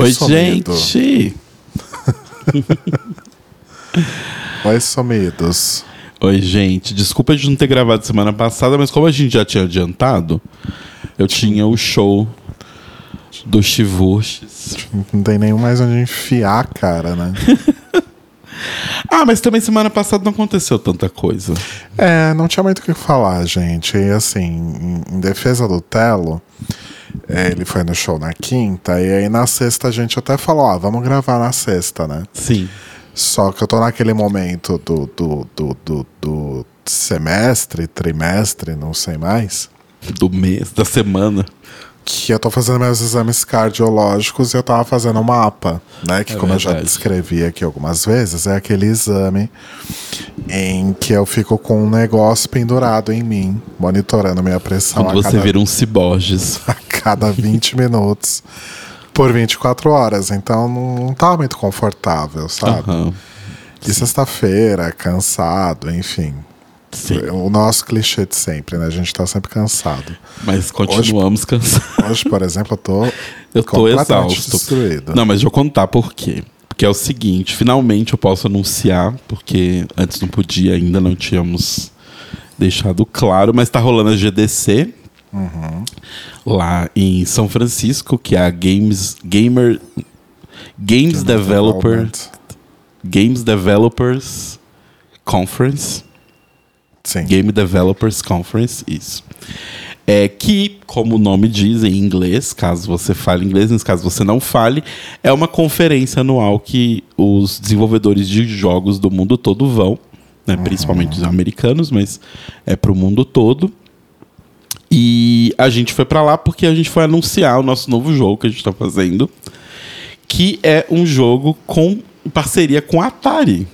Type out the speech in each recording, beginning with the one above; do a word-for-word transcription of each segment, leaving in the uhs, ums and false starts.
Oi, sumido. gente! Oi, sumidos. Oi, gente. Desculpa de não ter gravado semana passada, mas como a gente já tinha adiantado, eu tinha o show do Chivurches. Não tem nem mais onde enfiar a cara, né? Ah, mas também semana passada não aconteceu tanta coisa. É, não tinha muito o que falar, gente. E assim, em, em defesa do Telo, é, ele foi no show na quinta, e aí na sexta a gente até falou, ah, vamos gravar na sexta, né? Sim. Só que eu tô naquele momento do, do, do, do, do semestre, trimestre, não sei mais, Do mês, da semana. que eu tô fazendo meus exames cardiológicos e eu tava fazendo um mapa, né? Que É como verdade. eu já descrevi aqui algumas vezes, é aquele exame em que eu fico com um negócio pendurado em mim, monitorando minha pressão Quando a você cada, vira um ciborges. a cada vinte minutos por vinte e quatro horas. Então não, não tá muito confortável, sabe? Aham. E sexta-feira, cansado, enfim. Sim. O nosso clichê de sempre, né? A gente tá sempre cansado. Mas continuamos cansados. Hoje, por exemplo, eu tô Eu tô completamente exausto. destruído. Não, mas deixa eu contar por quê. Porque é o seguinte, finalmente eu posso anunciar, porque antes não podia, ainda não tínhamos deixado claro, mas tá rolando a G D C Uhum. lá em São Francisco, que é a Games Gamer Games Developer Development. Games Developers Conference. Sim. Game Developers Conference, isso. É que, como o nome diz em inglês, caso você fale inglês, nesse caso você não fale, é uma conferência anual que os desenvolvedores de jogos do mundo todo vão, né, Uhum. principalmente os americanos, mas é pro mundo todo. E a gente foi pra lá porque a gente foi anunciar o nosso novo jogo que a gente tá fazendo, que é um jogo com parceria com a Atari.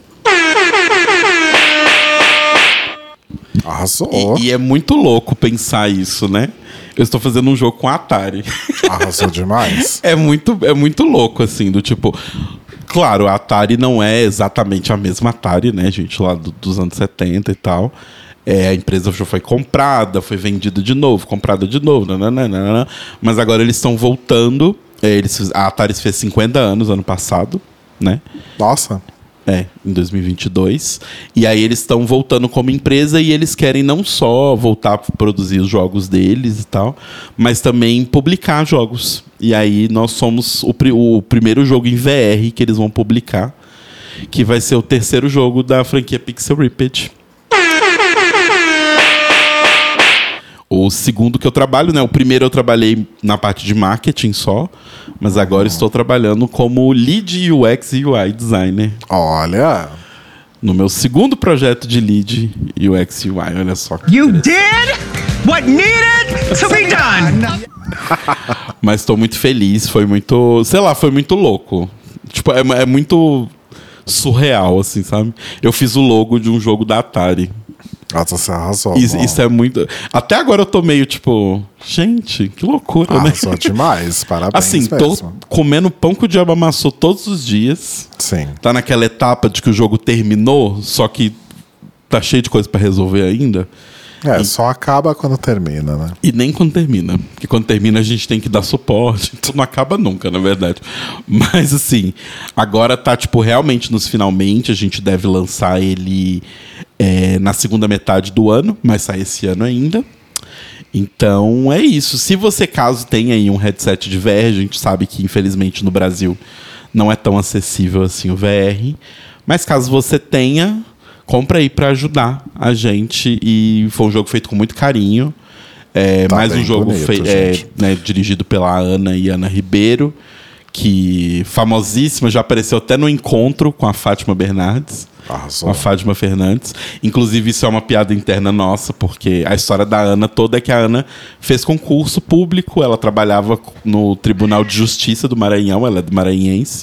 Arrasou. E, e é muito louco pensar isso, né? Eu estou fazendo um jogo com a Atari. Arrasou demais. É muito, é muito louco, assim, do tipo... Claro, a Atari não é exatamente a mesma Atari, né, gente? Lá do- dos anos setenta e tal. É, a empresa já foi comprada, foi vendida de novo, comprada de novo, nananana, mas agora eles estão voltando. É, eles, fiz- a Atari fez cinquenta anos ano passado, né? Nossa. É, em dois mil e vinte e dois. E aí eles estão voltando como empresa e eles querem não só voltar a produzir os jogos deles e tal, mas também publicar jogos. E aí nós somos o, pri- o primeiro jogo em V R que eles vão publicar, que vai ser o terceiro jogo da franquia Pixel Ripped. O segundo que eu trabalho, né? O primeiro eu trabalhei na parte de marketing só, mas agora estou trabalhando como lead U X e U I designer Olha. no meu segundo projeto de lead U X e U I. Olha só. que You interessante. did what needed to be done. Mas estou muito feliz. Foi muito, sei lá, foi muito louco. Tipo, é, é muito surreal, assim, sabe? Eu fiz o logo de um jogo da Atari. Nossa, você arrasou. Isso, bom. isso é muito. Até agora eu tô meio tipo, gente, que loucura, né? Arrasou demais. Parabéns Assim, tô mesmo. comendo pão que o diabo amassou todos os dias. Sim. Tá naquela etapa de que o jogo terminou, só que tá cheio de coisa pra resolver ainda. É, só acaba quando termina, né? E nem quando termina. Porque quando termina a gente tem que dar suporte. Então não acaba nunca, na verdade. Mas assim, agora tá, tipo, realmente nos finalmente. A gente deve lançar ele é, na segunda metade do ano, mas sai esse ano ainda. Então é isso. Se você, caso tenha aí um headset de V R, a gente sabe que infelizmente no Brasil não é tão acessível assim o V R. Mas caso você tenha, compra aí pra ajudar a gente. E foi um jogo feito com muito carinho. É, Tá mais um bem jogo bonito, fei- é, gente. né, dirigido pela Ana e Ana Ribeiro, que famosíssima, já apareceu até no encontro com a Fátima Bernardes. Com Arrasou. a Fátima Fernandes. Inclusive, isso é uma piada interna nossa, porque a história da Ana toda é que a Ana fez concurso público, ela trabalhava no Tribunal de Justiça do Maranhão, ela é do maranhense.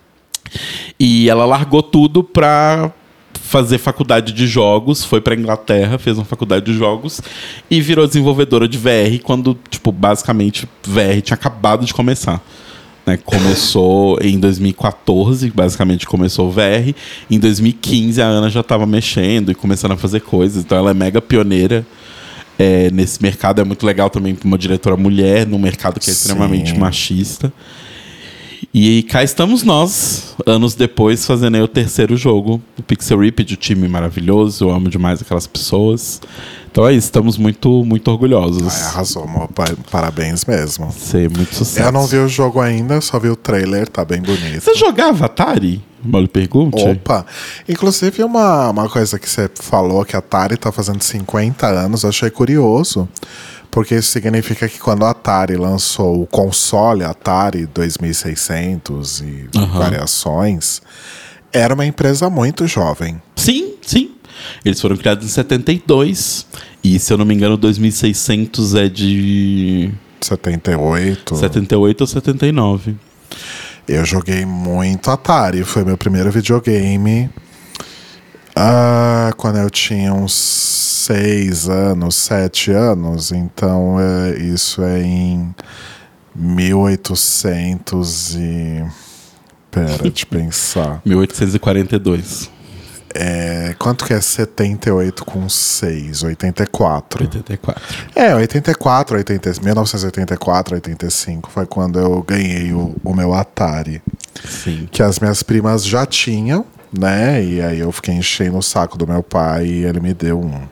E ela largou tudo pra fazer faculdade de jogos, foi pra Inglaterra, fez uma faculdade de jogos e virou desenvolvedora de V R quando, tipo, basicamente V R tinha acabado de começar. Né? Começou em dois mil e quatorze, basicamente começou o V R. Em dois mil e quinze a Ana já estava mexendo e começando a fazer coisas, então ela é mega pioneira é, nesse mercado. É muito legal também para uma diretora mulher, num mercado que é Sim. extremamente machista. E cá estamos nós, anos depois, fazendo aí o terceiro jogo, o Pixel Ripped, o time maravilhoso, eu amo demais aquelas pessoas. Então é isso, estamos muito, muito orgulhosos. Ai, arrasou, amor. Pa- Parabéns mesmo. Sei, muito sucesso. Eu não vi o jogo ainda, só vi o trailer, tá bem bonito. Você jogava Atari? Mal lhe pergunte. Opa! Inclusive, uma, uma coisa que você falou, que a Atari tá fazendo cinquenta anos, eu achei curioso. Porque isso significa que quando a Atari lançou o console Atari dois mil e seiscentos e Uhum. variações, era uma empresa muito jovem. Sim, sim. Eles foram criados em setenta e dois. E, se eu não me engano, dois mil e seiscentos é de setenta e oito. setenta e oito ou setenta e nove. Eu joguei muito Atari. Foi meu primeiro videogame. Ah, quando eu tinha uns seis anos, sete anos. Então, é, isso é em mil e oitocentos e... Pera, de pensar. mil oitocentos e quarenta e dois. É, quanto que é setenta e oito com seis? oitenta e quatro. oitenta e quatro. É, oitenta e quatro, oitenta, mil novecentos e oitenta e quatro, oitenta e cinco foi quando eu ganhei o, o meu Atari. Sim. Que as minhas primas já tinham, né? E aí eu fiquei enchendo o saco do meu pai e ele me deu um.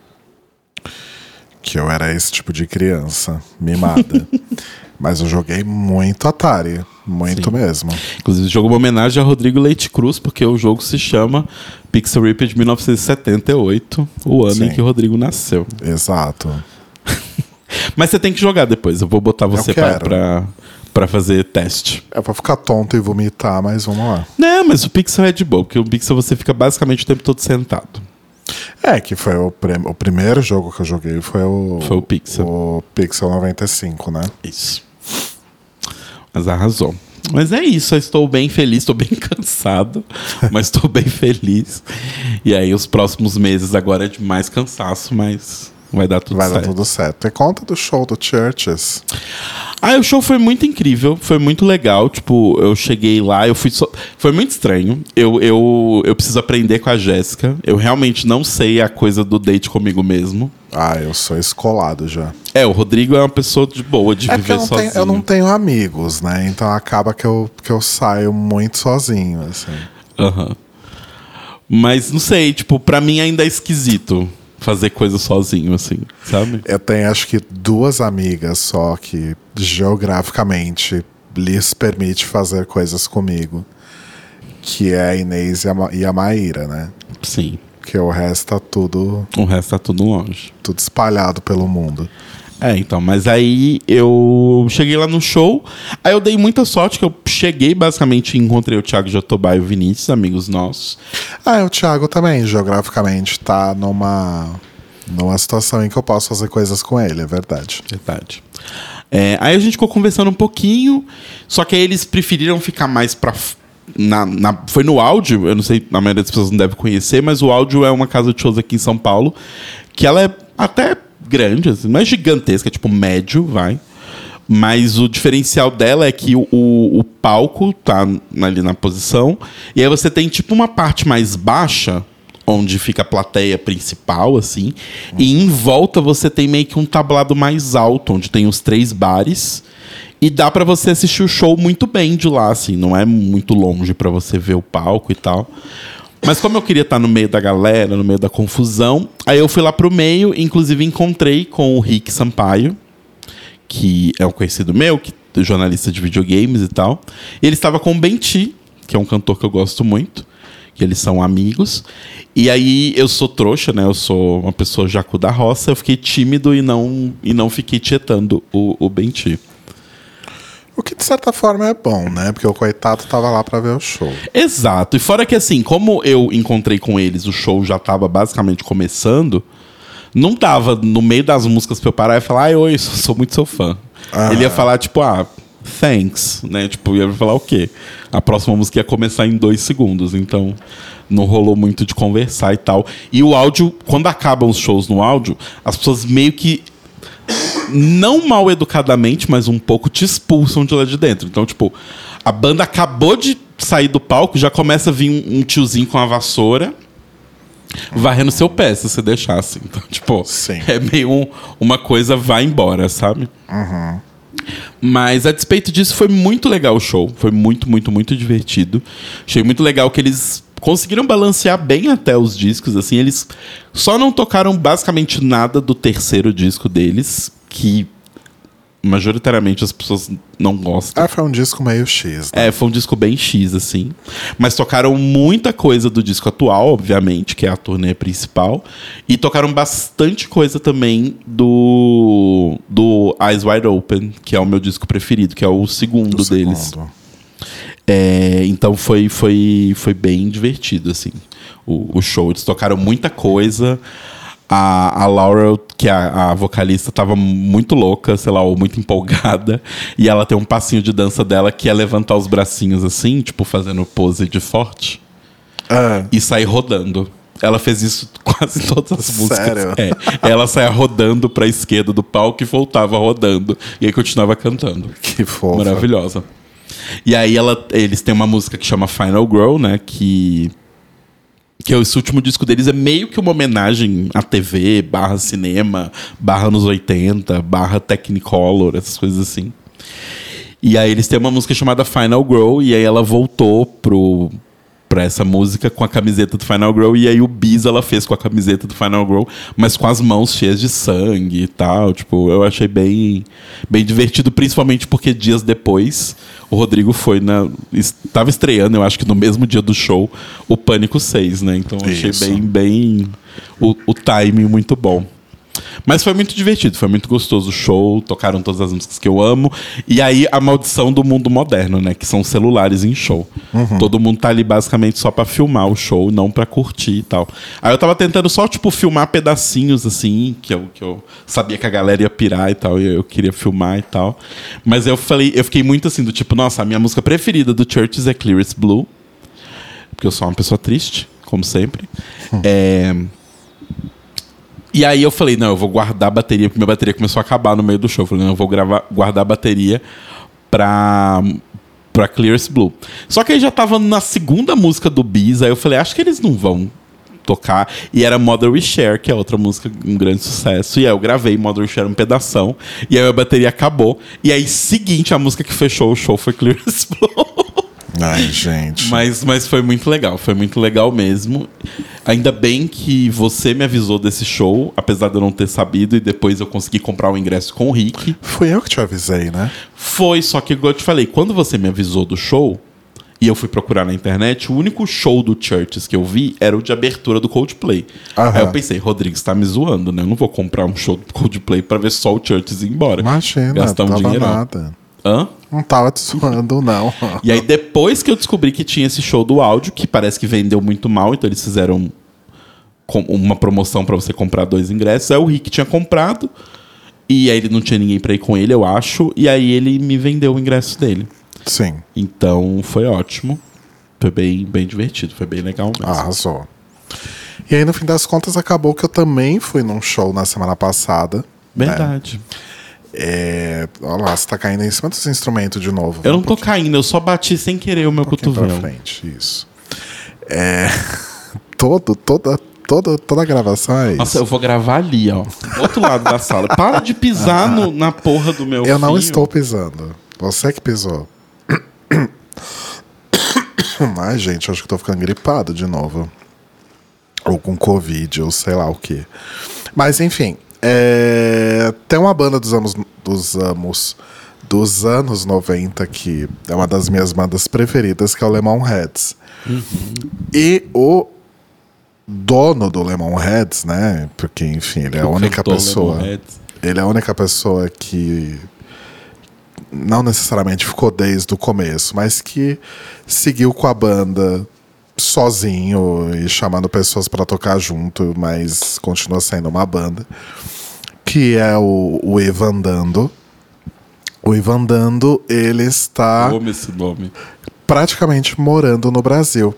Que eu era esse tipo de criança, mimada. Mas eu joguei muito Atari, muito Sim. mesmo. Inclusive, o jogo é uma homenagem a Rodrigo Leite Cruz, porque o jogo se chama Pixel Ripped mil novecentos e setenta e oito, o ano Sim. em que o Rodrigo nasceu. Exato. Mas você tem que jogar depois. Eu vou botar você pra, quero. pra, pra fazer teste. É pra ficar tonto e vomitar, mas vamos lá. Não, mas o Pixel é de boa, porque o Pixel você fica basicamente o tempo todo sentado. É, que foi o, prim- o primeiro jogo que eu joguei foi o... Foi o Pixel. O Pixel noventa e cinco, né? Isso. Mas arrasou. Mas é isso, eu estou bem feliz, estou bem cansado, mas estou bem feliz. E aí os próximos meses agora é de mais cansaço, mas vai dar tudo Vai certo. dar tudo certo. E conta do show do Churches. Ah, o show foi muito incrível, foi muito legal. Tipo, eu cheguei lá, eu fui só... Foi muito estranho. Eu, eu, eu preciso aprender com a Jéssica. Eu realmente não sei a coisa do date comigo mesmo. Ah, eu sou escolado já. É, o Rodrigo é uma pessoa de boa, de É que viver eu não, sozinho. tenho, eu não tenho amigos, né? Então acaba que eu, que eu saio muito sozinho, assim. Aham. Mas não sei, tipo, pra mim ainda é esquisito fazer coisa sozinho, assim, sabe? Eu tenho acho que duas amigas só que geograficamente lhes permite fazer coisas comigo. Que é a Inês e a, Ma- e a Maíra, né? Sim. Porque o resto tá tudo, O resto tá tudo longe. tudo espalhado pelo mundo. É, então, mas aí eu cheguei lá no show, aí eu dei muita sorte que eu cheguei basicamente e encontrei o Thiago Jatobá e o Vinícius, amigos nossos. Ah, o Thiago também, geograficamente, tá numa, numa situação em que eu posso fazer coisas com ele, é verdade. Verdade. É, aí a gente ficou conversando um pouquinho, só que aí eles preferiram ficar mais pra... f- Na, na, foi no áudio, eu não sei, a maioria das pessoas não deve conhecer, mas o áudio é uma casa de shows aqui em São Paulo, que ela é até grande, assim, não é gigantesca, é tipo médio, vai. Mas o diferencial dela é que o, o, o palco tá ali na posição, e aí você tem tipo uma parte mais baixa, onde fica a plateia principal, assim, e em volta você tem meio que um tablado mais alto, onde tem os três bares, e dá pra você assistir o show muito bem de lá, assim, não é muito longe pra você ver o palco e tal. Mas como eu queria estar no meio da galera, no meio da confusão, aí eu fui lá pro meio, inclusive encontrei com o Rick Sampaio, que é um conhecido meu, que é jornalista de videogames e tal. E ele estava com o Benti, que é um cantor que eu gosto muito, que eles são amigos. E aí eu sou trouxa, né? Eu sou uma pessoa jacu da roça, eu fiquei tímido e não, e não fiquei tietando o, o Benti. O que de certa forma é bom, né? Porque o coitado tava lá pra ver o show. Exato. E fora que assim, como eu encontrei com eles, o show já tava basicamente começando, não tava no meio das músicas pra eu parar e falar, ai, oi, sou, sou muito seu fã. Ah. Ele ia falar, tipo, ah, thanks, né? Tipo, ia falar o quê? A próxima música ia começar em dois segundos, então não rolou muito de conversar e tal. E o áudio, quando acabam os shows no áudio, as pessoas meio que não mal educadamente, mas um pouco te expulsam de lá de dentro. Então, tipo, a banda acabou de sair do palco, já começa a vir um, um tiozinho com a vassoura varrendo seu pé, se você deixar assim. Então, tipo, Sim. é meio um- uma coisa vai embora, sabe? Mas a despeito disso, foi muito legal o show. Foi muito, muito, muito divertido. Achei muito legal que eles conseguiram balancear bem até os discos, assim. Eles só não tocaram basicamente nada do terceiro disco deles, que majoritariamente as pessoas não gostam. Ah, foi um disco meio X, né? É, foi um disco bem X, assim. Mas tocaram muita coisa do disco atual, obviamente, que é a turnê principal. E tocaram bastante coisa também do, do Eyes Wide Open, que é o meu disco preferido, que é o segundo Do deles. segundo. É, então foi, foi, foi bem divertido, assim, o, o show. Eles tocaram muita coisa. A, a Laurel, que é a, a vocalista, tava muito louca, sei lá, ou muito empolgada. E ela tem um passinho de dança dela que é levantar os bracinhos assim, tipo, fazendo pose de forte. Ah, E sair rodando. Ela fez isso quase em todas as músicas. Sério? É. Ela saia rodando pra esquerda do palco e voltava rodando. E aí continuava cantando. que fofa. Maravilhosa. E aí ela, eles têm uma música que chama Final Girl, né? Que, que esse último disco deles é meio que uma homenagem à T V, barra cinema, barra anos oitenta, barra Technicolor, essas coisas assim. E aí eles têm uma música chamada Final Girl, e aí ela voltou pro... pra essa música com a camiseta do Final Girl. E aí o bis ela fez com a camiseta do Final Girl, mas com as mãos cheias de sangue e tal. Tipo, eu achei bem, bem divertido, principalmente porque dias depois o Rodrigo foi na... Estava estreando, eu acho que no mesmo dia do show, o Pânico seis, né? Então eu achei Isso. bem, bem... O, o timing muito bom. Mas foi muito divertido, foi muito gostoso o show, tocaram todas as músicas que eu amo. E aí a maldição do mundo moderno, né? Que são celulares em show. Uhum. Todo mundo tá ali basicamente só pra filmar o show, não pra curtir e tal. Aí eu tava tentando só, tipo, filmar pedacinhos, assim, que eu, que eu sabia que a galera ia pirar e tal, e eu queria filmar e tal. Mas eu falei, eu fiquei muito assim, do tipo, nossa, a minha música preferida do Churches é Clearest Blue. Porque eu sou uma pessoa triste, como sempre. Hum. É... E aí eu falei, não, eu vou guardar a bateria, porque minha bateria começou a acabar no meio do show. Eu falei, não, eu vou gravar, guardar a bateria pra, pra Clearest Blue. Só que aí já tava na segunda música do Bis, aí eu falei, acho que eles não vão tocar. E era Mother We Share, que é outra música, um grande sucesso. E aí eu gravei Mother We Share um pedação, e aí a bateria acabou. E aí, seguinte, a música que fechou o show foi Clearest Blue. Ai, gente. Mas, mas foi muito legal, foi muito legal mesmo. Ainda bem que você me avisou desse show, apesar de eu não ter sabido, e depois eu consegui comprar o ingresso com o Rick. Fui eu que te avisei, né? Foi, só que igual eu te falei, quando você me avisou do show, e eu fui procurar na internet, o único show do Churches que eu vi era o de abertura do Coldplay. Aham. Aí eu pensei, Rodrigues, tá me zoando, né? Eu não vou comprar um show do Coldplay pra ver só o Churches ir embora. Imagina, gastar um tava dinheiro. nada. Hã? Não tava te zoando, não. E aí, depois que eu descobri que tinha esse show do áudio, que parece que vendeu muito mal, então eles fizeram com- uma promoção pra você comprar dois ingressos. Aí o Rick tinha comprado, e aí ele não tinha ninguém pra ir com ele, eu acho, e aí ele me vendeu o ingresso dele. Sim, Então foi ótimo. Foi bem, bem divertido, foi bem legal mesmo. arrasou. E aí, no fim das contas, acabou que eu também fui num show na semana passada. Verdade. É... Olha lá, você tá caindo em cima dos instrumentos de novo. Eu não Um tô caindo, eu só bati sem querer o meu pouquinho pra cotovelo. frente, isso. É... Todo, toda, toda, toda a gravação é isso. Nossa, eu vou gravar ali, ó. Do outro lado da sala. Para de pisar no- na porra do meu Eu não fio. estou pisando. Você que pisou. Ai, gente, acho que tô ficando gripado de novo. Ou com Covid, ou sei lá o que. Mas, enfim. É... Tem uma banda dos anos, dos, anos, dos anos noventa que é uma das minhas bandas preferidas, que é o Lemonheads. Uhum. E o dono do Lemonheads, né? Porque, enfim, ele é a O única cantor pessoa... Lemonheads. Ele é a única pessoa que não necessariamente ficou desde o começo, mas que seguiu com a banda sozinho e chamando pessoas para tocar junto, mas continua sendo uma banda, que é o, o Ivan Dando. O Ivan Dando, ele está Eu amo esse nome. praticamente morando no Brasil.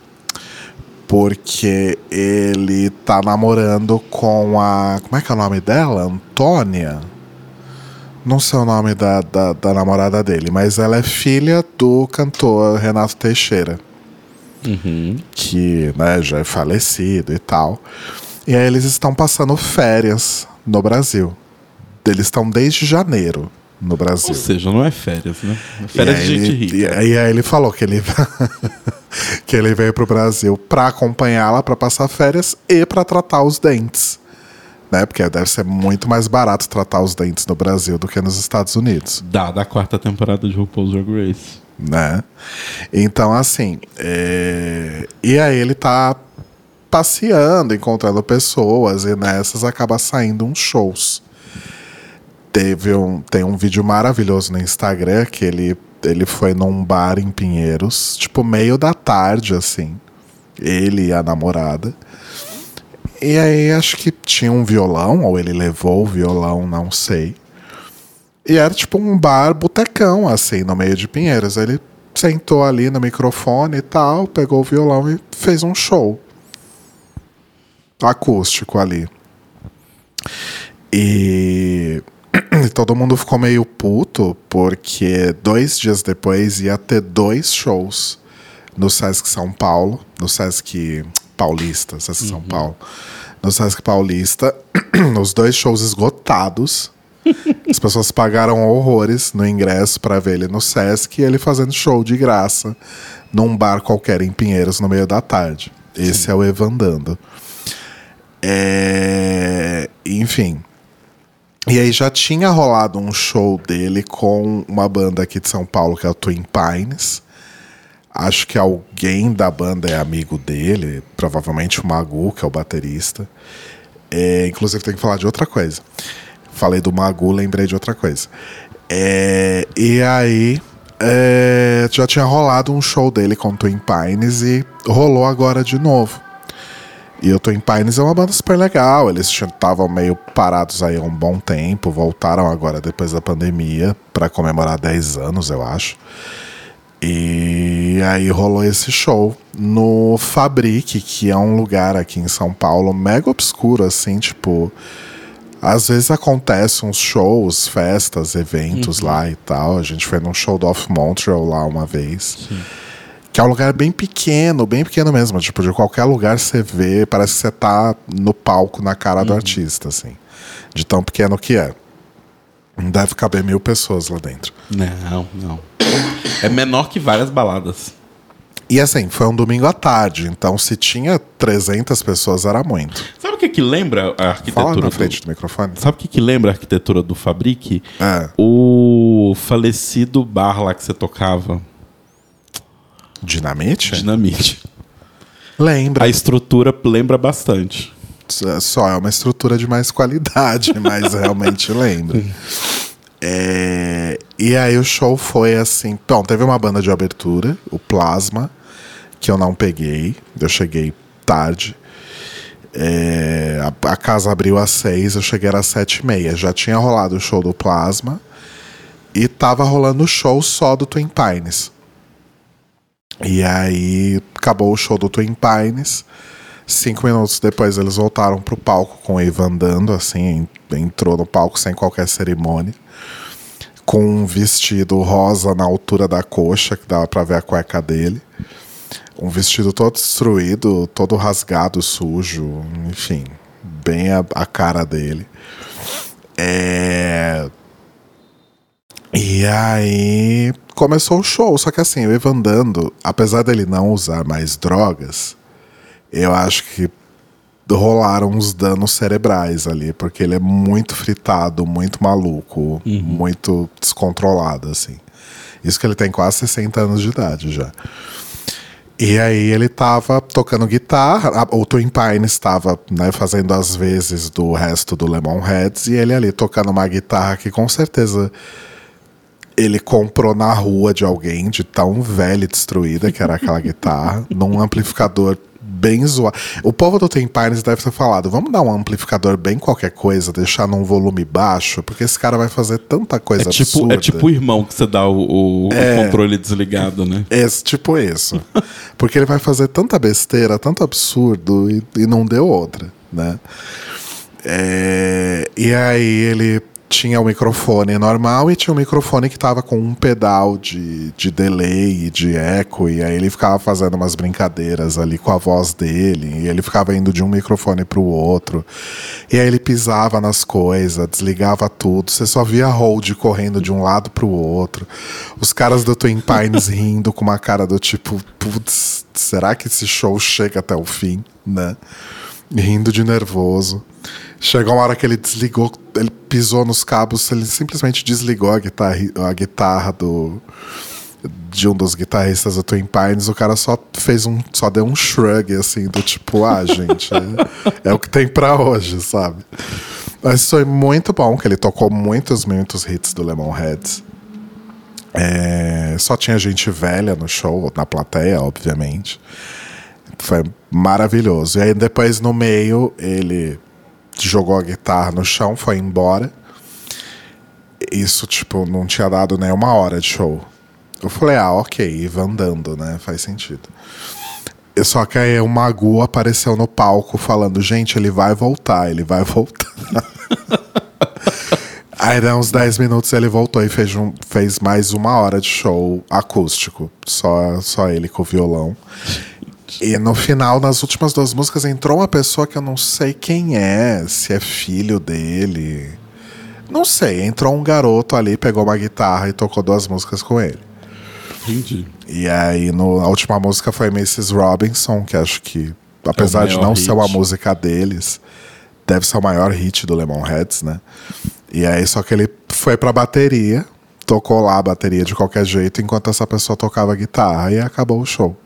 Porque ele tá namorando com a... Como é que é o nome dela? Antônia? Não sei o nome da, da, da namorada dele, mas ela é filha do cantor Renato Teixeira. Uhum. Que, né, já é falecido e tal. E aí eles estão passando férias no Brasil. Eles estão desde janeiro no Brasil. Ou seja, não é férias, né? É férias de gente ele, rica. E, e aí ele falou que ele, que ele veio pro Brasil pra acompanhá-la, pra passar férias e pra tratar os dentes. Né? Porque deve ser muito mais barato tratar os dentes no Brasil do que nos Estados Unidos. Dada a quarta temporada de RuPaul's Drag Race. Né? Então, assim... É... E aí ele tá passeando, encontrando pessoas, e nessas acaba saindo uns shows. Teve um, tem um vídeo maravilhoso no Instagram que ele, ele foi num bar em Pinheiros, tipo meio da tarde, assim. Ele e a namorada. E aí acho que tinha um violão, ou ele levou o violão, não sei. E era tipo um bar botecão, assim, no meio de Pinheiros. Ele sentou ali no microfone e tal, pegou o violão e fez um show acústico ali. E... e todo mundo ficou meio puto, porque dois dias depois ia ter dois shows no Sesc São Paulo, no Sesc Paulista, Sesc São Paulo, no Sesc Paulista, os dois shows esgotados. As pessoas pagaram horrores no ingresso para ver ele no Sesc e ele fazendo show de graça num bar qualquer em Pinheiros no meio da tarde. Esse Sim. é o Evandando. É... Enfim. E aí já tinha rolado um show dele com uma banda aqui de São Paulo, que é o Twin Pines. Acho que alguém da banda é amigo dele, provavelmente o Magu, que é o baterista. É, inclusive tem que falar de outra coisa. Falei do Magu, lembrei de outra coisa. É, e aí é, já tinha rolado um show dele com o Twin Pines e rolou agora de novo. E o Twin Pines é uma banda super legal. Eles estavam meio parados aí há um bom tempo. Voltaram agora depois da pandemia para comemorar dez anos, eu acho. E aí rolou esse show no Fabrique, que é um lugar aqui em São Paulo mega obscuro, assim, tipo... Às vezes acontecem uns shows, festas, eventos uhum. lá e tal. A gente foi num show do Off Montreal lá uma vez. Sim. Que é um lugar bem pequeno, bem pequeno mesmo. Tipo, de qualquer lugar você vê, parece que você tá no palco na cara uhum. do artista, assim. De tão pequeno que é. Não deve caber mil pessoas lá dentro. Não, não. É menor que várias baladas. E assim, foi um domingo à tarde. Então, se tinha trezentas pessoas, era muito. Sabe o que que lembra a arquitetura? Fala na frente do, do microfone. Sabe o que que lembra a arquitetura do Fabrique? É. O falecido bar lá que você tocava. Dinamite? Dinamite. Lembra. A estrutura lembra bastante. Só é uma estrutura de mais qualidade, mas realmente lembra. É, e aí o show foi assim... Bom, teve uma banda de abertura, o Plasma, que eu não peguei. Eu cheguei tarde. É, a, a casa abriu às seis, eu cheguei às sete e meia. Já tinha rolado o show do Plasma e tava rolando o show só do Twin Pines. E aí acabou o show do Twin Pines. Cinco minutos depois eles voltaram pro palco com o Eva andando, assim, entrou no palco sem qualquer cerimônia, com um vestido rosa na altura da coxa, que dava pra ver a cueca dele. Um vestido todo destruído, todo rasgado, sujo, enfim, bem a, a cara dele. É... E aí começou o show, só que assim, o Eva andando, apesar dele não usar mais drogas, eu acho que rolaram uns danos cerebrais ali, porque ele é muito fritado, muito maluco, uhum. muito descontrolado, assim. Isso que ele tem quase sessenta anos de idade já. E aí ele tava tocando guitarra, o Twin Pines estava, né, fazendo as vezes do resto do Lemonheads, e ele ali tocando uma guitarra que com certeza ele comprou na rua de alguém, de tão velha e destruída que era aquela guitarra, num amplificador bem zoado. O povo do Twin Pines deve ter falado, vamos dar um amplificador bem qualquer coisa, deixar num volume baixo, porque esse cara vai fazer tanta coisa é tipo, absurda. É tipo o irmão que você dá o, o, é, o controle desligado, né? É tipo isso. Porque ele vai fazer tanta besteira, tanto absurdo, e, e não deu outra, né? É, e aí ele tinha o microfone normal e tinha um microfone que tava com um pedal de, de delay e de eco. E aí ele ficava fazendo umas brincadeiras ali com a voz dele. E ele ficava indo de um microfone pro outro. E aí ele pisava nas coisas, desligava tudo. Você só via Hold correndo de um lado pro outro. Os caras do Twin Pines rindo com uma cara do tipo, putz, será que esse show chega até o fim, né? Rindo de nervoso. Chegou uma hora que ele desligou, ele pisou nos cabos, ele simplesmente desligou a guitarra, a guitarra do, de um dos guitarristas do Twin Pines. O cara só fez um, só deu um shrug, assim, do tipo, ah, gente, é, é o que tem pra hoje, sabe? Mas foi muito bom, que ele tocou muitos, muitos hits do Lemonheads. É, só tinha gente velha no show, na plateia, obviamente. Foi maravilhoso. E aí depois, no meio, ele jogou a guitarra no chão, foi embora. Isso, tipo, não tinha dado nem uma hora de show. Eu falei, ah, ok, Iva andando, né? Faz sentido. E só que aí o Magu apareceu no palco falando, gente, ele vai voltar, ele vai voltar. Aí, dá uns dez minutos, ele voltou e fez, um, fez mais uma hora de show acústico. Só, só ele com o violão. E no final, nas últimas duas músicas, entrou uma pessoa que eu não sei quem é, se é filho dele. Não sei, entrou um garoto ali, pegou uma guitarra e tocou duas músicas com ele. Entendi. E aí, no, a última música foi missus Robinson, que acho que, apesar É de não hit. ser uma música deles, deve ser o maior hit do Lemonheads, né? E aí, só que ele foi pra bateria, tocou lá a bateria de qualquer jeito, enquanto essa pessoa tocava a guitarra, e acabou o show.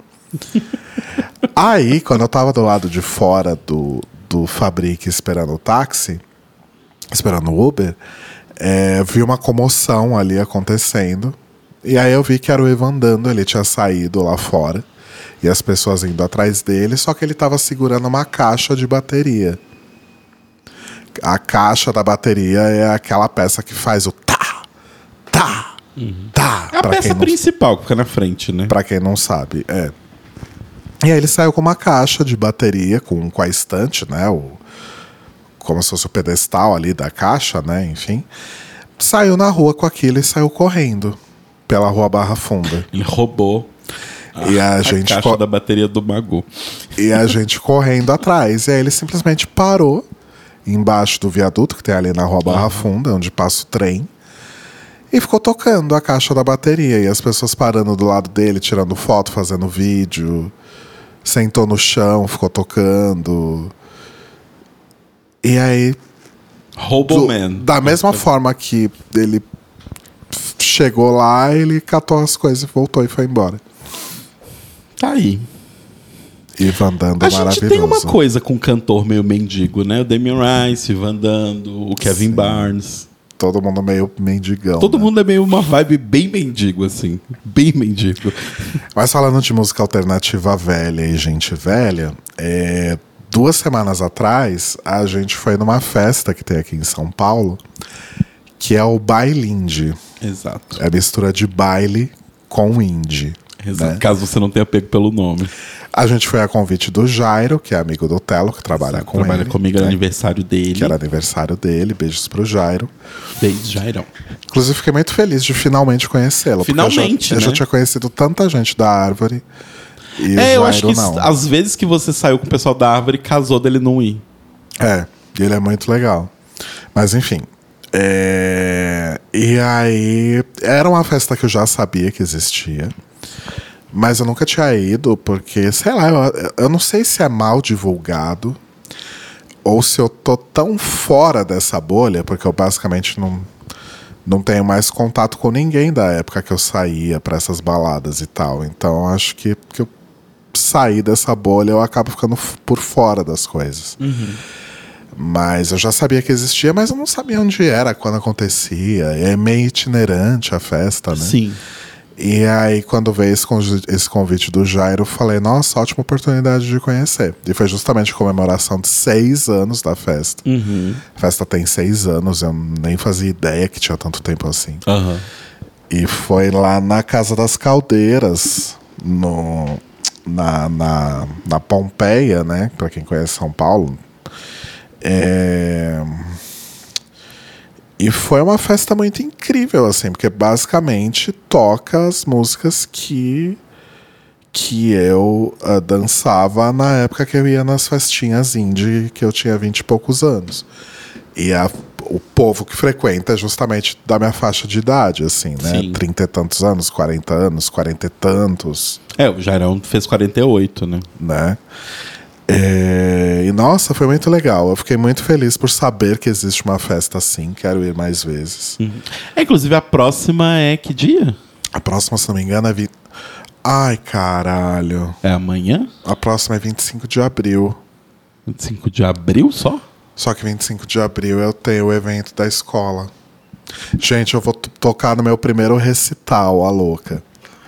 Aí, quando eu tava do lado de fora do, do Fabrique esperando o táxi, esperando o Uber, é, vi uma comoção ali acontecendo. E aí eu vi que era o Ivan andando, ele tinha saído lá fora. E as pessoas indo atrás dele, só que ele tava segurando uma caixa de bateria. A caixa da bateria é aquela peça que faz o tá, tá, uhum. tá. É a pra peça quem não- principal que fica na frente, né? Pra quem não sabe, é. E aí ele saiu com uma caixa de bateria, com, com a estante, né? O, como se fosse o pedestal ali da caixa, né? Enfim. Saiu na rua com aquilo e saiu correndo pela rua Barra Funda. Ele roubou E a, a gente caixa co- da bateria do Magu. e a gente correndo atrás. E aí ele simplesmente parou embaixo do viaduto que tem ali na rua Barra Funda, onde passa o trem. E ficou tocando a caixa da bateria. E as pessoas parando do lado dele, tirando foto, fazendo vídeo. Sentou no chão, ficou tocando. E aí, Robo do- Man. da mesma forma que ele f- chegou lá, ele catou as coisas, voltou e foi embora. Tá aí. E Van Dando A gente maravilhoso. tem uma coisa com um cantor meio mendigo, né? O Damian Rice, Van Dando, o Kevin Sim. Barnes. Todo mundo meio mendigão. Todo né? mundo é meio uma vibe bem mendigo, assim. Bem mendigo. Mas falando de música alternativa velha e gente velha, é, duas semanas atrás a gente foi numa festa que tem aqui em São Paulo, que é o Baile Indie. Exato. É a mistura de baile com indie. Exato. né? Caso você não tenha pego pelo nome. A gente foi a convite do Jairo, que é amigo do Telo, que trabalha com Trabalha ele. comigo, era né? aniversário dele. Que era aniversário dele. Beijos pro Jairo. Beijo, Jairão. Inclusive, fiquei muito feliz de finalmente conhecê-lo. porque Finalmente, eu já, eu né? já tinha conhecido tanta gente da Árvore. E o É, eu Jairo acho que não. às vezes que você saiu com o pessoal da árvore, casou dele não ir. É, ele é muito legal. Mas enfim. é, E aí. Era uma festa que eu já sabia que existia. Mas eu nunca tinha ido, porque, sei lá, eu, eu não sei se é mal divulgado. Ou se eu tô tão fora dessa bolha, porque eu basicamente não, não tenho mais contato com ninguém da época que eu saía pra essas baladas e tal. Então acho que, que eu saí dessa bolha, eu acabo ficando f- por fora das coisas. Mas eu já sabia que existia, mas eu não sabia onde era, quando acontecia. É meio itinerante a festa, né? Sim. E aí, quando veio esse convi- esse convite do Jairo, eu falei, nossa, ótima oportunidade de conhecer. E foi justamente a comemoração de seis anos da festa. Uhum. A festa tem seis anos, eu nem fazia ideia que tinha tanto tempo assim. Aham. E foi lá na Casa das Caldeiras, no, na, na, na Pompeia, né? Pra quem conhece São Paulo. É... E foi uma festa muito incrível, assim, porque basicamente toca as músicas que, que eu uh, dançava na época que eu ia nas festinhas indie, que eu tinha vinte e poucos anos. E a, o povo que frequenta é justamente da minha faixa de idade, assim, né? Sim. Trinta e tantos anos, quarenta anos, quarenta e tantos. É, o Jairão fez quarenta e oito, né? Né? É, e nossa, foi muito legal. Eu fiquei muito feliz por saber que existe uma festa assim. Quero ir mais vezes. Uhum. É, inclusive, a próxima é que dia? A próxima, se não me engano, é. Vi... Ai, caralho. É amanhã? A próxima é vinte e cinco de abril. vinte e cinco de abril só? Só que vinte e cinco de abril eu tenho o evento da escola. Gente, eu vou t- tocar no meu primeiro recital, a louca.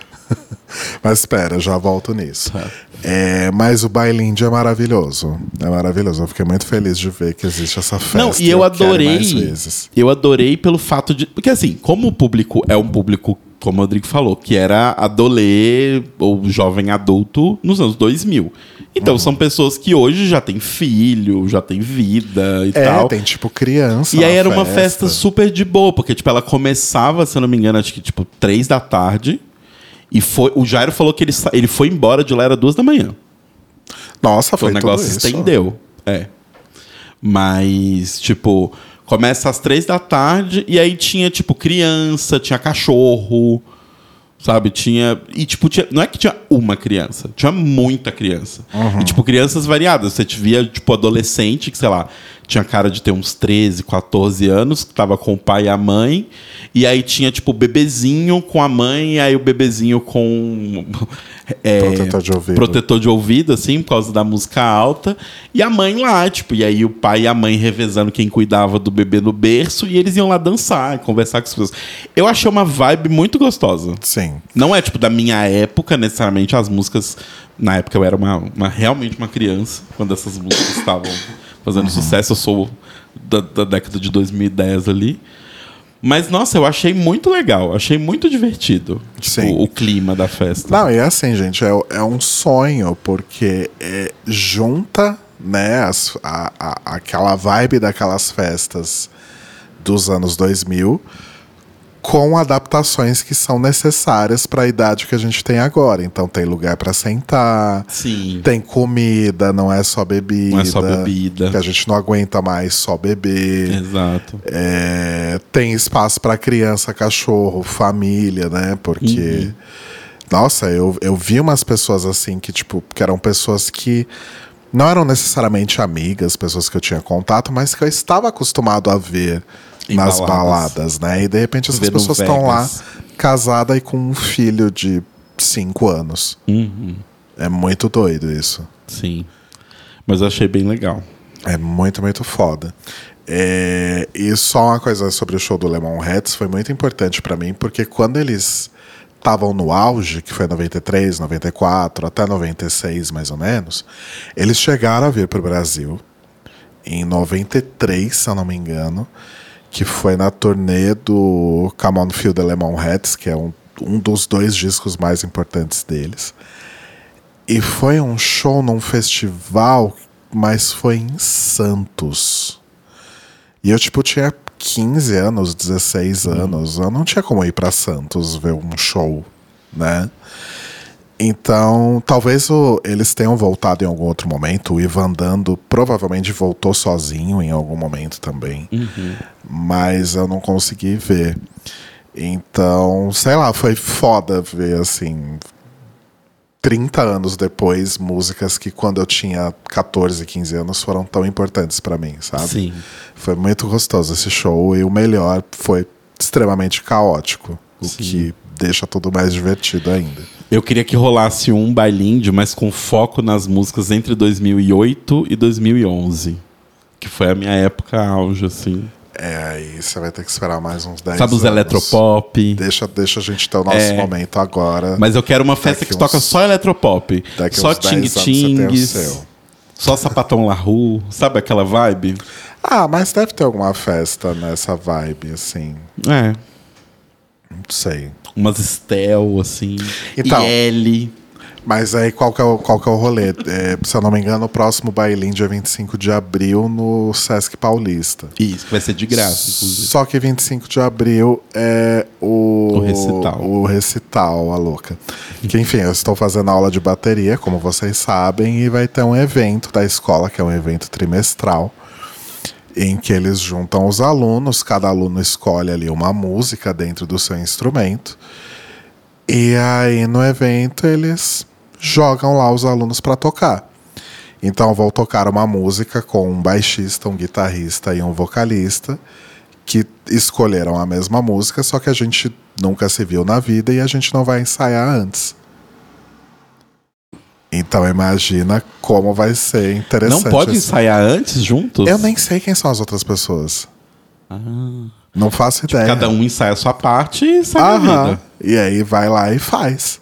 Mas espera, já volto nisso. Tá. É, mas o Bailinde é maravilhoso. É maravilhoso. Eu fiquei muito feliz de ver que existe essa festa. Não, e eu, quero adorei. mais vezes. Eu adorei pelo fato de. Porque assim, como o público é um público, como o Rodrigo falou, que era adolê ou jovem adulto nos anos dois mil. Então, uhum. são pessoas que hoje já têm filho, já têm vida e é, tal. Tem tipo criança. E aí era festa. uma festa super de boa, porque tipo, ela começava, se eu não me engano, acho que tipo três da tarde. E foi, o Jairo falou que ele, ele foi embora de lá, era duas da manhã. Nossa, foi o negócio tudo isso. estendeu. É. Mas, tipo, começa às três da tarde e aí tinha, tipo, criança, tinha cachorro, sabe? Tinha. E, tipo, tinha, não é que tinha uma criança, tinha muita criança. Uhum. E, tipo, crianças variadas. Você via, tipo, adolescente, que, sei lá, tinha cara de ter uns treze, quatorze anos, que tava com o pai e a mãe. E aí tinha, tipo, o bebezinho com a mãe, e aí o bebezinho com é, protetor de ouvido. protetor de ouvido, assim, por causa da música alta. E a mãe lá, tipo, e aí o pai e a mãe revezando quem cuidava do bebê no berço, e eles iam lá dançar, conversar com as pessoas. Eu achei uma vibe muito gostosa. Sim. Não é, tipo, da minha época, necessariamente, as músicas... Na época eu era uma, uma, realmente uma criança, quando essas músicas estavam fazendo uhum. sucesso. Eu sou da, da década de dois mil e dez ali. Mas, nossa, eu achei muito legal. Achei muito divertido tipo, o clima da festa. Não, e é assim, gente, é, é um sonho, porque é, junta, né, as, a, a, aquela vibe daquelas festas dos anos dois mil com adaptações que são necessárias para a idade que a gente tem agora. Então tem lugar para sentar, Sim. tem comida, não é só bebida. Não é só bebida. Que a gente não aguenta mais só beber. Exato. É, tem espaço para criança, cachorro, família, né? Porque, uhum. nossa, eu, eu vi umas pessoas assim que, tipo, que eram pessoas que não eram necessariamente amigas, pessoas que eu tinha contato, mas que eu estava acostumado a ver em nas baladas. baladas, né? E de repente essas Vendo pessoas estão lá, casada e com um filho de cinco anos. Uhum. É muito doido isso. Sim. Mas eu achei bem legal. É muito, muito foda. É... E só uma coisa sobre o show do Lemonheads, foi muito importante pra mim, porque quando eles estavam no auge, que foi noventa e três, noventa e quatro, até noventa e seis mais ou menos, eles chegaram a vir pro Brasil em noventa e três, se eu não me engano, que foi na turnê do Come On Feel the Lemonheads, que é um, um dos dois discos mais importantes deles. E foi um show num festival, mas foi em Santos. E eu, tipo, tinha quinze anos, dezesseis anos. Eu não tinha como ir pra Santos ver um show, né? Então, talvez o, eles tenham voltado em algum outro momento. O Ivan Dando provavelmente voltou sozinho em algum momento também. Uhum. Mas eu não consegui ver. Então, sei lá, foi foda ver, assim, trinta anos depois, músicas que quando eu tinha catorze, quinze anos foram tão importantes pra mim, sabe? Sim. Foi muito gostoso esse show. E o melhor, foi extremamente caótico. O Sim. que deixa tudo mais divertido ainda. Eu queria que rolasse um bailinho, mas com foco nas músicas entre dois mil e oito e dois mil e onze. Que foi a minha época auge, assim. É, aí você vai ter que esperar mais uns dez Sabe anos. os eletropop? Deixa, deixa a gente ter o nosso é, momento agora. Mas eu quero uma festa que uns, toca só eletropop. Só ting-tings. Só sapatão la rue. Sabe aquela vibe? Ah, mas deve ter alguma festa nessa vibe, assim. É. Não sei. Umas Estel, assim. Então, e L. Mas aí qual que é o, qual que é o rolê? É, se eu não me engano, o próximo Bailinho dia vinte e cinco de abril no Sesc Paulista. Isso, que vai ser de graça, inclusive. Só que vinte e cinco de abril é o... O recital. O recital, a louca. Que enfim, eu estou fazendo aula de bateria, como vocês sabem, e vai ter um evento da escola, que é um evento trimestral, em que eles juntam os alunos, cada aluno escolhe ali uma música dentro do seu instrumento, e aí no evento eles jogam lá os alunos para tocar. Então vou tocar uma música com um baixista, um guitarrista e um vocalista que escolheram a mesma música, só que a gente nunca se viu na vida e a gente não vai ensaiar antes. Então imagina como vai ser interessante. Não pode esse... ensaiar antes, juntos? Eu nem sei quem são as outras pessoas. Ah. Não faço ideia. Cada um ensaia a sua parte e segue a Aham. vida. E aí vai lá e faz.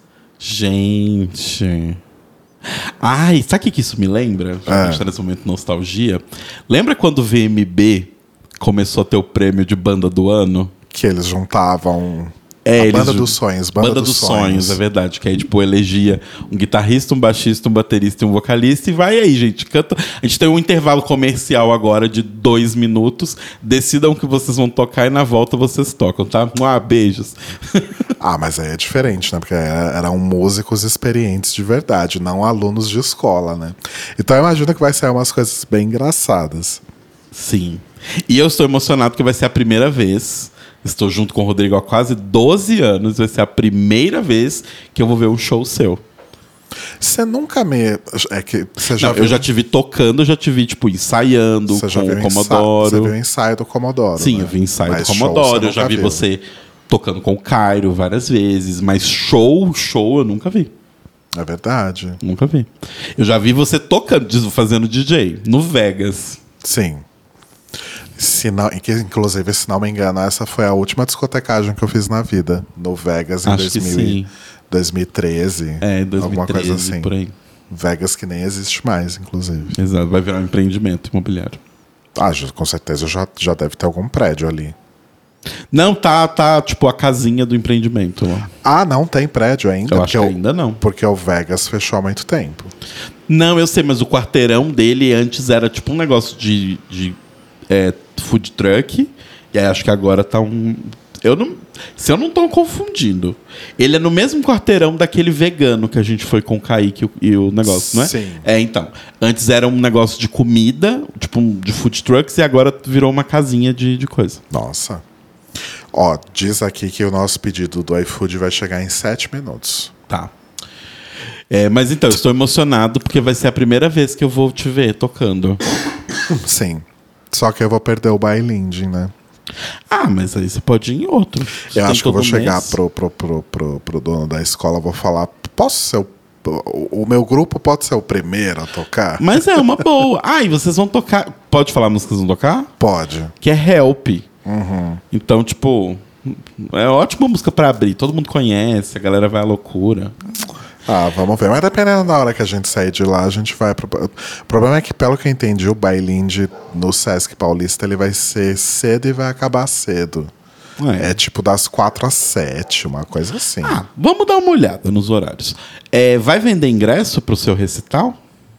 Gente. Ai, sabe o que que isso me lembra? Já que a gente tá nesse momento de nostalgia. Lembra quando o V M B começou a ter o prêmio de banda do ano? Que eles juntavam... É, a eles Banda ju- dos Sonhos. Banda, Banda dos, dos Sonhos. Sonhos, é verdade. Que aí, tipo, elegia um guitarrista, um baixista, um baterista e um vocalista. E vai aí, gente. Canta. A gente tem um intervalo comercial agora de dois minutos. Decidam o que vocês vão tocar e na volta vocês tocam, tá? Ah, beijos. Ah, mas aí é diferente, né? Porque era- eram músicos experientes de verdade, não alunos de escola, né? Então eu imagino que vai ser umas coisas bem engraçadas. Sim. E eu estou emocionado porque vai ser a primeira vez. Estou junto com o Rodrigo há quase doze anos. Vai ser a primeira vez que eu vou ver um show seu. Você nunca me... É que você já Não, viu... eu já te vi tocando, eu já te vi, tipo, ensaiando Você já com viu o ensa- Commodoro. Você viu o ensaio do Commodoro, Sim, né? eu vi ensaio Mas do show Commodoro, você eu já nunca vi viu. você tocando com o Cairo várias vezes, mas show, show eu nunca vi. É verdade. Nunca vi. Eu já vi você tocando, diz- fazendo D J, no Vegas. Sim. Se não, que, inclusive, se não me engano, essa foi a última discotecagem que eu fiz na vida. No Vegas em Acho que dois mil e- sim. dois mil e treze. É, em Alguma coisa dois mil e treze, assim. por aí. Vegas que nem existe mais, inclusive. Exato, vai virar um empreendimento imobiliário. Ah, já- com certeza já, já deve ter algum prédio ali. Não, tá, tá, tipo, a casinha do empreendimento lá. Ah, não tem prédio ainda? Eu acho que Porque o- ainda não. Porque o Vegas fechou há muito tempo. Não, eu sei, mas o quarteirão dele antes era tipo um negócio de, de é, food truck. E aí acho que agora tá um. Eu não. Se eu não tô confundindo. Ele é no mesmo quarteirão daquele vegano que a gente foi com o Kaique e o, e o negócio, não é? Sim. É, então. Antes era um negócio de comida, tipo um, de food trucks, e agora virou uma casinha de, de coisa. Nossa. Ó, diz aqui que o nosso pedido do iFood vai chegar em sete minutos. Tá. É, mas então, eu estou emocionado porque vai ser a primeira vez que eu vou te ver tocando. Sim. Só que eu vou perder o Bailinding, né? Ah, mas aí você pode ir em outro. Você Eu tem acho que eu vou todo chegar mês. pro, pro, pro, pro, pro dono da escola, vou falar, posso ser o, o, o meu grupo pode ser o primeiro a tocar? Mas é uma boa. Ah, e vocês vão tocar. Pode falar a música que vocês vão tocar? Pode. Que é Help. Uhum. Então, tipo, é ótima música pra abrir. Todo mundo conhece, a galera vai à loucura. Ah, vamos ver. Mas dependendo da hora que a gente sair de lá, a gente vai pro... O problema é que, pelo que eu entendi, o Bailinde no Sesc Paulista, ele vai ser cedo e vai acabar cedo. É. É tipo das quatro às sete, uma coisa assim. Ah, vamos dar uma olhada nos horários. É, vai vender ingresso pro seu recital?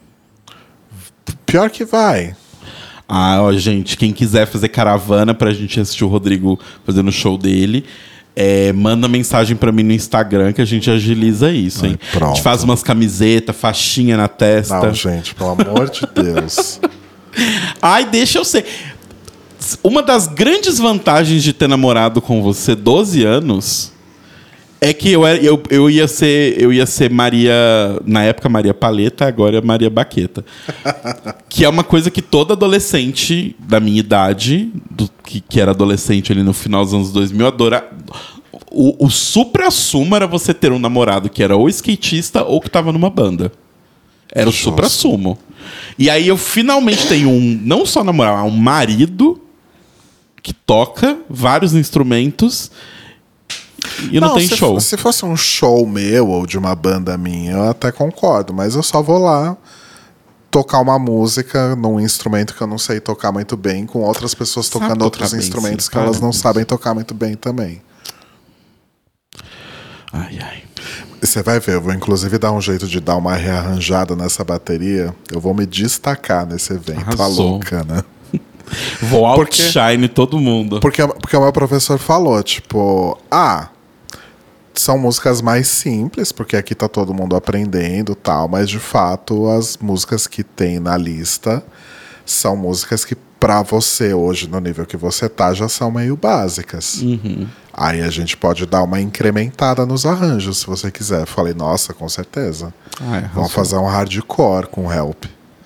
Pior que vai. Ah, ó, gente, quem quiser fazer caravana pra gente assistir o Rodrigo fazendo o show dele, é, manda mensagem pra mim no Instagram que a gente agiliza isso, hein? Ai, pronto. A gente faz umas camisetas, faixinha na testa. Não, gente, pelo amor de Deus. Ai, deixa eu ser. Uma das grandes vantagens de ter namorado com você doze anos é que eu, era, eu, eu, ia ser, eu ia ser Maria... Na época, Maria Paleta, agora é Maria Baqueta. Que é uma coisa que todo adolescente da minha idade, do, que, que era adolescente ali no final dos anos dois mil, adora. O, o supra-sumo era você ter um namorado que era ou skatista ou que tava numa banda. Era o Justo. supra-sumo. E aí eu finalmente tenho um, não só namorado, um marido que toca vários instrumentos e não, tem se show. fo- Se fosse um show meu ou de uma banda minha, eu até concordo, mas eu só vou lá tocar uma música num instrumento que eu não sei tocar muito bem, com outras pessoas Sabe tocando tocar outros bem, instrumentos sim, que elas para não com sabem tocar muito bem também. Ai, ai. Você vai ver, eu vou inclusive dar um jeito de dar uma rearranjada nessa bateria. Eu vou me destacar nesse evento. A louca, né? Vou outshine todo mundo. Porque, porque o meu professor falou, tipo... Ah, são músicas mais simples, porque aqui tá todo mundo aprendendo e tal. Mas, de fato, as músicas que tem na lista são músicas que, pra você hoje, no nível que você tá, já são meio básicas. Uhum. Aí a gente pode dar uma incrementada nos arranjos, se você quiser. Falei, nossa, com certeza. Ah, é, Vamos fazer um hardcore com Help.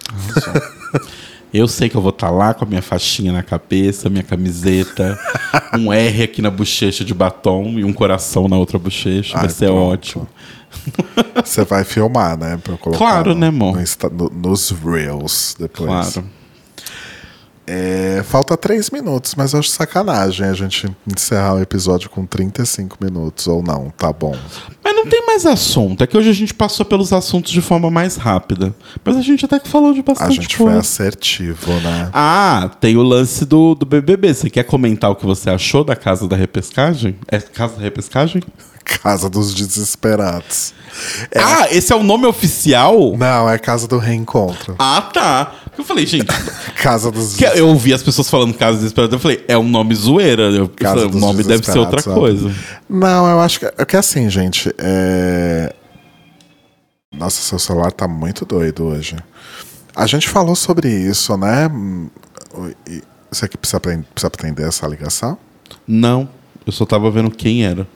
Eu sei que eu vou estar lá com a minha faixinha na cabeça, minha camiseta, um R aqui na bochecha de batom e um coração na outra bochecha. Ai, Vai ser pronto. ótimo. Você vai filmar, né? Pra eu colocar Claro, no, né, amor? no Insta- no- nos Reels depois. Claro. É, falta três minutos, mas eu acho sacanagem a gente encerrar o episódio com trinta e cinco minutos, ou não, tá bom. Mas não tem mais assunto. É que hoje a gente passou pelos assuntos de forma mais rápida. Mas a gente até que falou de A bastante gente coisa. foi assertivo, né? Ah, tem o lance do, do B B B. Você quer comentar o que você achou da Casa da Repescagem? É Casa da Repescagem? Casa dos Desesperados. É. Ah, esse é o nome oficial? Não, é Casa do Reencontro. Ah, tá. Eu falei, gente... Casa dos que eu ouvi as pessoas falando Casa dos Desesperados. Eu falei, é um nome zoeira. Eu Casa falei, o dos nome deve ser outra Desesperados, coisa. Não, eu acho que é que assim, gente. É... Nossa, seu celular tá muito doido hoje. A gente falou sobre isso, né? E você que precisa aprender, precisa aprender essa ligação? Não, eu só tava vendo quem era.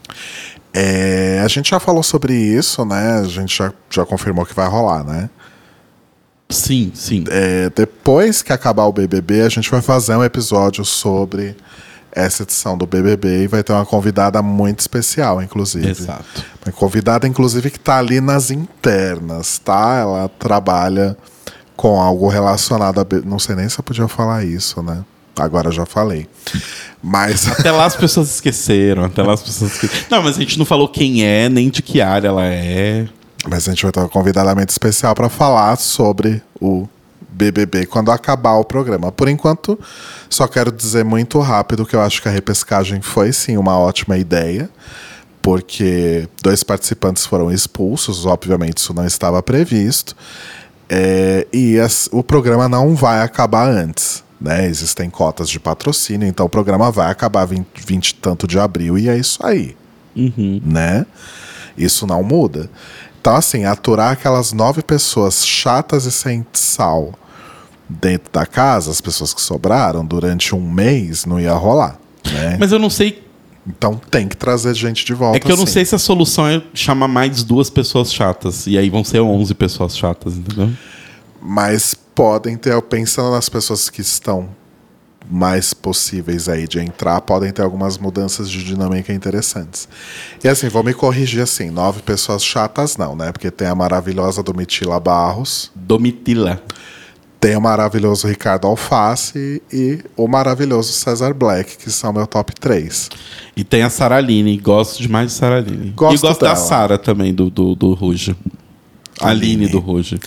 É, a gente já falou sobre isso, né? A gente já, já confirmou que vai rolar, né? Sim, sim. É, depois que acabar o B B B, a gente vai fazer um episódio sobre essa edição do B B B e vai ter uma convidada muito especial, inclusive. Exato. Uma convidada, inclusive, que tá ali nas internas, tá? Ela trabalha com algo relacionado a... B... Não sei nem se eu podia falar isso, né? Agora eu já falei. Mas... Até lá as pessoas esqueceram. Até lá as pessoas esqueceram. Não, mas a gente não falou quem é, nem de que área ela é. Mas a gente vai ter uma convidada muito especial para falar sobre o B B B quando acabar o programa. Por enquanto, só quero dizer muito rápido que eu acho que a repescagem foi, sim, uma ótima ideia. Porque dois participantes foram expulsos. Obviamente, isso não estava previsto. É, e as, o programa não vai acabar antes. Né? Existem cotas de patrocínio, então o programa vai acabar vinte e tanto de abril e é isso aí. Uhum. Né? Isso não muda. Então, assim, aturar aquelas nove pessoas chatas e sem sal dentro da casa, as pessoas que sobraram, durante um mês, não ia rolar. Né? Mas eu não sei. Então tem que trazer gente de volta. É que eu não sim. sei se a solução é chamar mais duas pessoas chatas. E aí vão ser onze pessoas chatas, entendeu? Mas podem ter, pensando nas pessoas que estão mais possíveis aí de entrar, podem ter algumas mudanças de dinâmica interessantes. E assim, vou me corrigir assim, nove pessoas chatas não, né? Porque tem a maravilhosa Domitila Barros, Domitila. tem o maravilhoso Ricardo Alface e o maravilhoso César Black, que são meu top três. E tem a Saraline. Gosto demais de Saraline. Gosto e gosto dela. da Sara também, do, do, do Ruge. Aline. Aline do Ruge.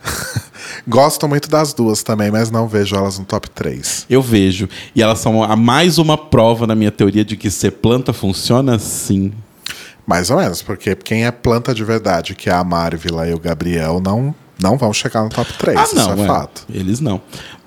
Gosto muito das duas também, mas não vejo elas no top três. Eu vejo. E elas são a mais uma prova na minha teoria de que ser planta funciona sim. Mais ou menos, porque quem é planta de verdade, que é a Marvila e o Gabriel, não, não vão chegar no top três. Ah, não, isso é, é. fato. Eles não.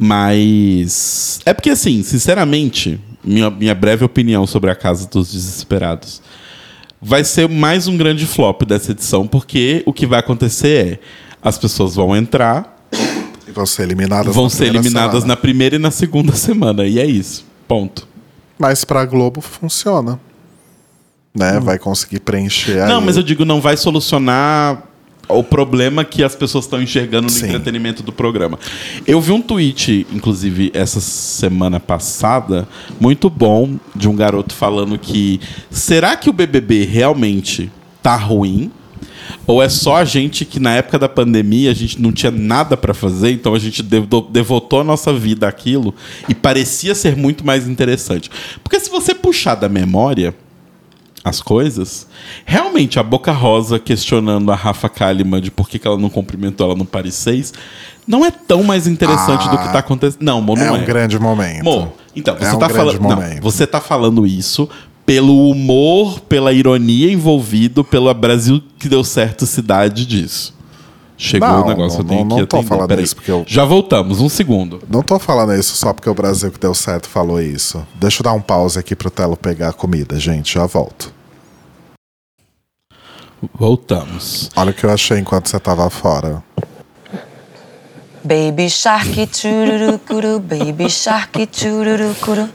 Mas... É porque, assim, sinceramente, minha, minha breve opinião sobre a Casa dos Desesperados vai ser mais um grande flop dessa edição, porque o que vai acontecer é as pessoas vão entrar, E vão ser eliminadas vão na ser primeira eliminadas semana. na primeira e na segunda semana. E é isso. Ponto. Mas pra Globo funciona. Né? Vai conseguir preencher Não, aí. mas eu digo, não vai solucionar o problema que as pessoas estão enxergando no Sim. entretenimento do programa. Eu vi um tweet, inclusive, essa semana passada, muito bom, de um garoto falando que será que o B B B realmente tá ruim? Ou é só a gente que na época da pandemia a gente não tinha nada pra fazer, então a gente devo- devotou a nossa vida àquilo e parecia ser muito mais interessante. Porque se você puxar da memória as coisas, realmente a Boca Rosa questionando a Rafa Kalimann de por que que ela não cumprimentou ela no Paris seis não é tão mais interessante Ah, do que tá acontecendo. Não, Mo, não É é. um grande momento. Mo, então, você É um tá grande falando, não, momento. você tá falando isso pelo humor, pela ironia envolvido, pelo Brasil que deu certo cidade disso. Chegou Não, o negócio, não, eu tenho não, que não tô atender. falando Peraí. isso porque eu- Já voltamos, um segundo. Não tô falando isso só porque o Brasil que deu certo falou isso. Deixa eu dar um pause aqui pro Telo pegar a comida, gente. Já volto. Voltamos. Olha o que eu achei enquanto você tava fora. Baby shark chururukuru, baby shark chururukuru.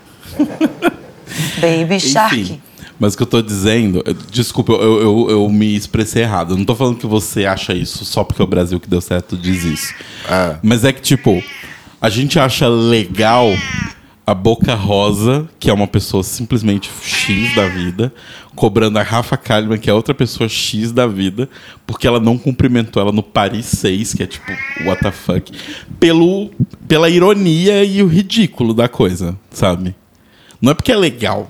Baby shark. Enfim, mas o que eu tô dizendo... eu- Desculpa, eu, eu, eu me expressei errado. Eu não tô falando que você acha isso só porque o Brasil que deu certo diz isso. É. Mas é que, tipo, a gente acha legal a Boca Rosa, que é uma pessoa simplesmente X da vida, cobrando a Rafa Kalimann, que é outra pessoa X da vida, porque ela não cumprimentou ela no Paris seis, que é tipo, what the fuck, pelo, pela ironia e o ridículo da coisa, sabe? Não é porque é legal,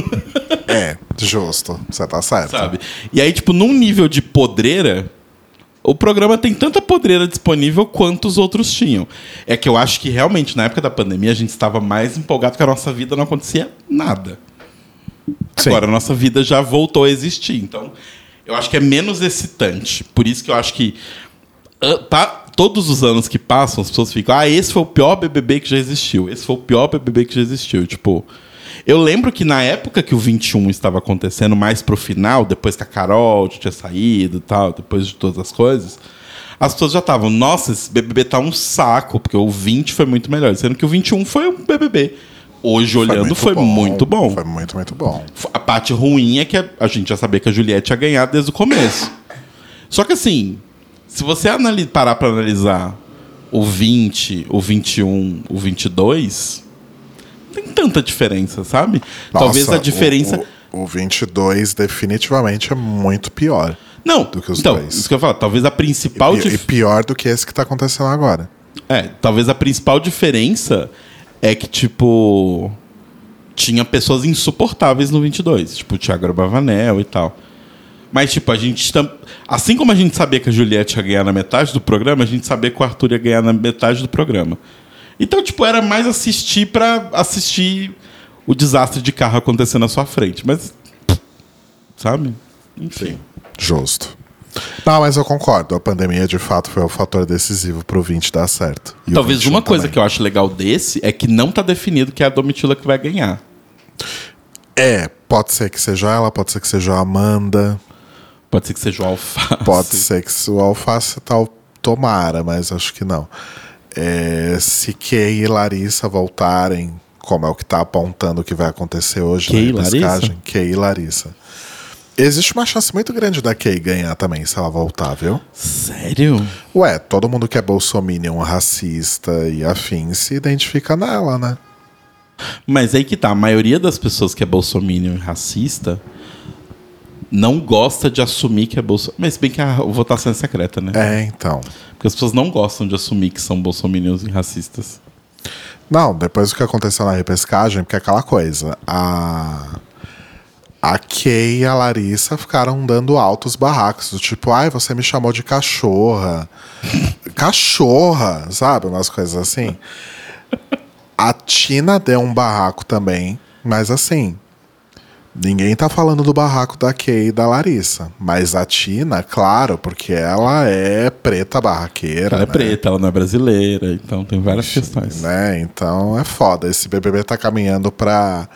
É, justo. Você tá certo. sabe? E aí, tipo, num nível de podreira, o programa tem tanta podreira disponível quanto os outros tinham. É que eu acho que realmente, na época da pandemia, a gente estava mais empolgado que a nossa vida não acontecia nada. Sim. Agora, a nossa vida já voltou a existir. Então, eu acho que é menos excitante. Por isso que eu acho que ah, tá, todos os anos que passam, as pessoas ficam, ah, esse foi o pior B B B que já existiu. Esse foi o pior B B B que já existiu. Tipo, eu lembro que na época que o vinte e um estava acontecendo, mais pro final, depois que a Carol tinha saído e tal, depois de todas as coisas, as pessoas já estavam, nossa, esse B B B tá um saco, porque o vinte foi muito melhor. Sendo que o vinte e um foi um B B B. Hoje, olhando, foi muito bom. Foi muito, muito bom. A parte ruim é que a, a gente já sabia que a Juliette ia ganhar desde o começo. Só que assim, se você anali- parar pra analisar o vinte, o vinte e um, o vinte e dois, não tem tanta diferença, sabe? Nossa, Talvez a diferença... O, o, o vinte e dois definitivamente é muito pior. Não, do que os então, dois. isso que eu falo, talvez a principal... E, dif- e pior do que esse que tá acontecendo agora. É, talvez a principal diferença é que, tipo, tinha pessoas insuportáveis no vinte e dois. Tipo, o Thiago Bravanel e tal. Mas, tipo, a gente... Tam... Assim como a gente sabia que a Juliette ia ganhar na metade do programa, a gente sabia que o Arthur ia ganhar na metade do programa. Então, tipo, era mais assistir pra assistir o desastre de carro acontecer na sua frente. Mas, sabe? Enfim. Justo. Não, mas eu concordo. A pandemia, de fato, foi o fator decisivo pro vinte dar certo. E o Talvez vinte e um uma coisa também. que eu acho legal desse é que não tá definido que é a Domitila que vai ganhar. É, pode ser que seja ela, pode ser que seja a Amanda, Pode ser que seja o Alface. pode ser que o Alface tal, tomara, mas acho que não. É, se Kay e Larissa voltarem, como é o que tá apontando que vai acontecer hoje Kay e na repescagem, Larissa? Kay e Larissa. Existe uma chance muito grande da Kay ganhar também, se ela voltar, viu? Sério? Ué, todo mundo que é bolsominion, racista e afim se identifica nela, né? Mas aí que tá, a maioria das pessoas que é bolsominion e racista não gosta de assumir que é bolsominion. Mas se bem que a votação é secreta, né? É, então. Porque as pessoas não gostam de assumir que são bolsominions e racistas. Não, depois do que aconteceu na repescagem, porque é aquela coisa, a... A Kay e a Larissa ficaram dando altos barracos, do tipo, ai, você me chamou de cachorra. Cachorra, sabe? Umas coisas assim. A Tina deu um barraco também, mas assim, ninguém tá falando do barraco da Kay e da Larissa. Mas a Tina, claro, porque ela é preta barraqueira. Ela é né? preta, ela não é brasileira, então tem várias questões. Né? Então é foda. Esse B B B tá caminhando pra.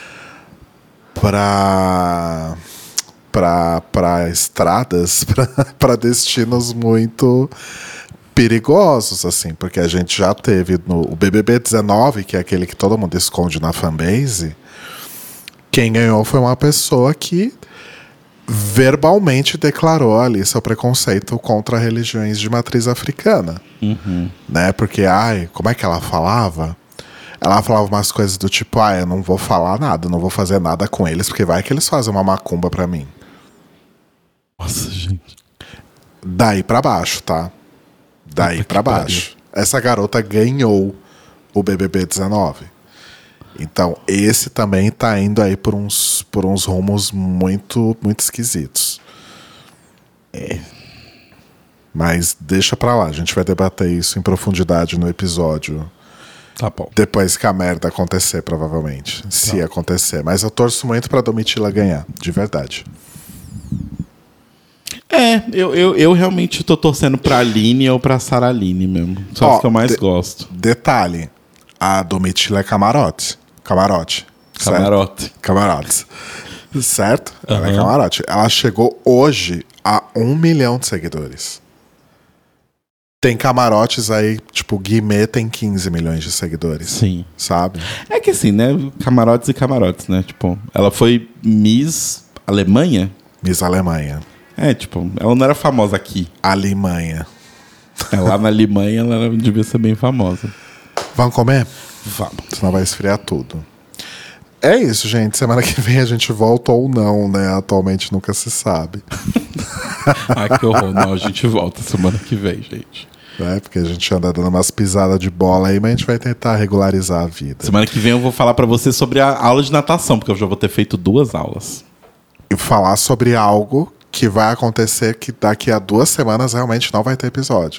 pra. pra, pra estradas, pra, pra destinos muito perigosos, assim, porque a gente já teve no o B B B dezenove, que é aquele que todo mundo esconde na fanbase. Quem ganhou foi uma pessoa que verbalmente declarou ali seu preconceito contra religiões de matriz africana. Uhum. Né? Porque, ai, como é que ela falava? Ela falava umas coisas do tipo, ah, eu não vou falar nada, não vou fazer nada com eles, porque vai que eles fazem uma macumba pra mim. Nossa, gente. Daí pra baixo, tá? Daí Puta pra que baixo. Essa garota ganhou o B B B dezenove. Então, esse também tá indo aí por uns, por uns rumos muito, muito esquisitos. É. Mas deixa pra lá, a gente vai debater isso em profundidade no episódio Tá bom. Depois que a merda acontecer, provavelmente. Se acontecer. Mas eu torço muito pra Domitila ganhar, de verdade. É, eu, eu, eu realmente tô torcendo pra Aline ou pra Sara Aline mesmo. São Ó, as que eu mais de- gosto. Detalhe, a Domitila é camarote. Camarote. certo? Camarote. Camarote. Certo? Ela é Aham. camarote. Ela chegou hoje a um milhão de seguidores. Tem camarotes aí, tipo, Guimê tem quinze milhões de seguidores. Sim. Sabe? É que assim, né? Camarotes e camarotes, né? Tipo, ela foi Miss Alemanha. Miss Alemanha. É, tipo, ela não era famosa aqui. Alemanha. É, lá na Alemanha ela era- devia ser bem famosa. Vamos comer? Vamos. Senão vai esfriar tudo. É isso, gente. Semana que vem a gente volta ou não, né? Atualmente nunca se sabe. Ai, que horror. Não, a gente volta semana que vem, gente. Né? Porque a gente anda dando umas pisadas de bola aí, mas a gente vai tentar regularizar a vida. Semana que vem eu vou falar pra você sobre a aula de natação, porque eu já vou ter feito duas aulas. E falar sobre algo que vai acontecer que daqui a duas semanas realmente não vai ter episódio.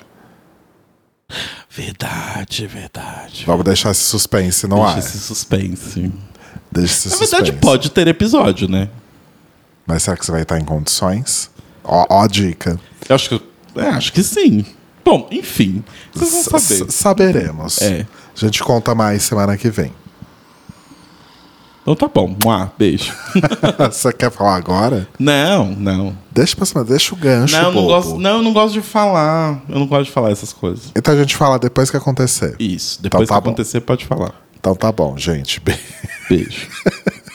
Verdade, verdade. Vamos deixar esse suspense no Deixa ar. esse suspense. Deixa esse Na suspense. verdade, pode ter episódio, né? Mas será que você vai estar em condições? Ó, ó a dica. Eu acho que, é, acho que sim. Bom, enfim. Vocês vão S- saber. s- Saberemos. É. A gente conta mais semana que vem. Então tá bom. Mua, beijo. Você quer falar agora? Não, não. Deixa pra cima, deixa o gancho, Não, eu não bobo. gosto, não, eu não gosto de falar. Eu não gosto de falar essas coisas. Então a gente fala depois que acontecer. Isso. Depois Então tá que bom. acontecer, pode falar. Então tá bom, gente. Be- Beijo.